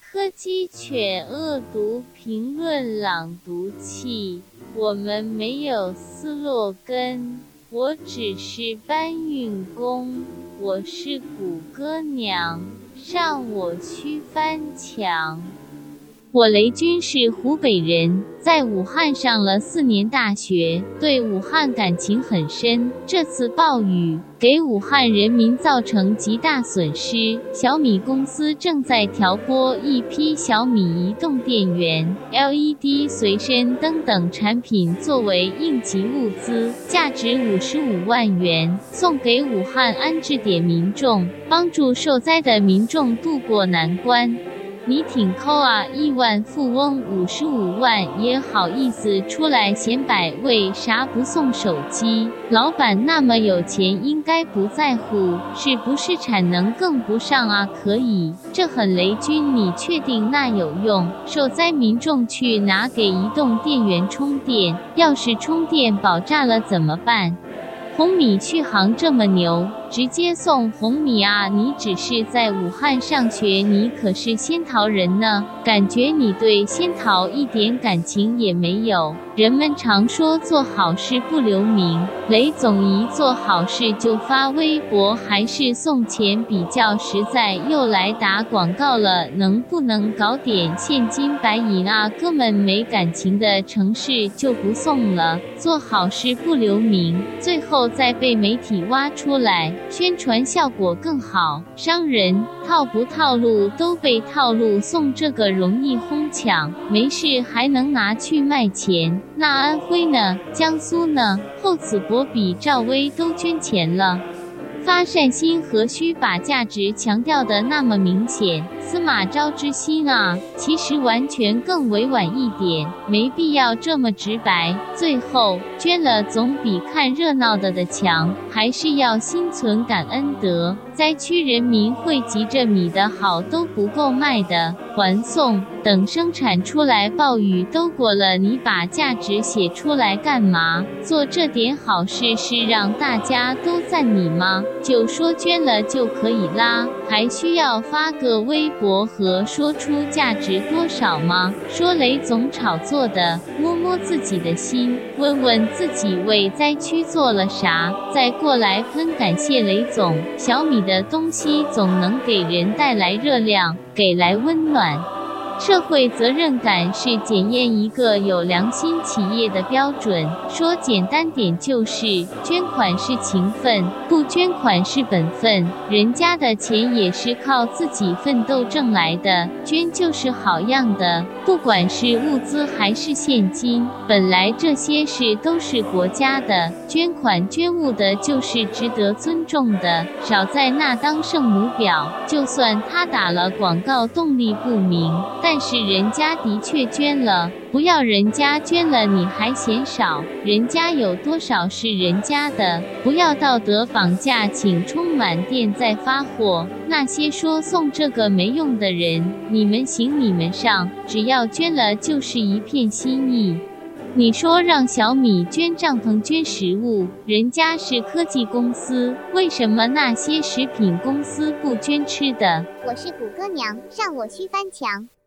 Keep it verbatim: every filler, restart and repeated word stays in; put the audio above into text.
科技犬恶毒评论朗读器，我们没有斯洛根，我只是搬运工，我是谷歌娘，让我虚翻墙。我雷军是湖北人，在武汉上了四年大学，对武汉感情很深。这次暴雨给武汉人民造成极大损失，小米公司正在调拨一批小米移动电源、L E D 随身灯等产品作为应急物资，价值五十五万元，送给武汉安置点民众，帮助受灾的民众渡过难关。你挺抠啊，亿万富翁五十五万也好意思出来显摆，为啥不送手机？老板那么有钱，应该不在乎，是不是产能跟不上啊？可以，这很雷军，你确定那有用？受灾民众去拿给移动电源充电，要是充电爆炸了怎么办？红米续航这么牛，直接送红米啊！你只是在武汉上学，你可是仙桃人呢，感觉你对仙桃一点感情也没有。人们常说做好事不留名，雷总一做好事就发微博，还是送钱比较实在。又来打广告了，能不能搞点现金白银啊？哥们，没感情的城市就不送了，做好事不留名，最后再被媒体挖出来，宣传效果更好。商人套不套路都被套路，送这个容易哄抢，没事还能拿去卖钱。那安徽呢？江苏呢？厚此薄彼，赵薇都捐钱了。发善心何须把价值强调的那么明显？司马昭之心啊，其实完全更委婉一点，没必要这么直白。最后捐了总比看热闹的的强，还是要心存感恩德。灾区人民会急着米的好都不够卖的，还送，等生产出来暴雨都过了，你把价值写出来干嘛？做这点好事是让大家都赞你吗？就说捐了就可以啦，还需要发个微博和说出价值多少吗？说雷总炒作的，摸摸自己的心，问问自己为灾区做了啥，再过来喷感谢雷总。小米的东西总能给人带来热量，给来温暖。社会责任感是检验一个有良心企业的标准，说简单点就是捐款是情分，不捐款是本分。人家的钱也是靠自己奋斗挣来的，捐就是好样的，不管是物资还是现金，本来这些事都是国家的，捐款捐物的就是值得尊重的，少在那当圣母婊。就算他打了广告动力不明，但但是人家的确捐了，不要人家捐了你还嫌少，人家有多少是人家的，不要道德绑架，请充满店再发货。那些说送这个没用的人，你们行你们上，只要捐了就是一片心意。你说让小米捐帐篷捐食物，人家是科技公司，为什么那些食品公司不捐吃的？ 我是谷歌娘，让我虚翻墙。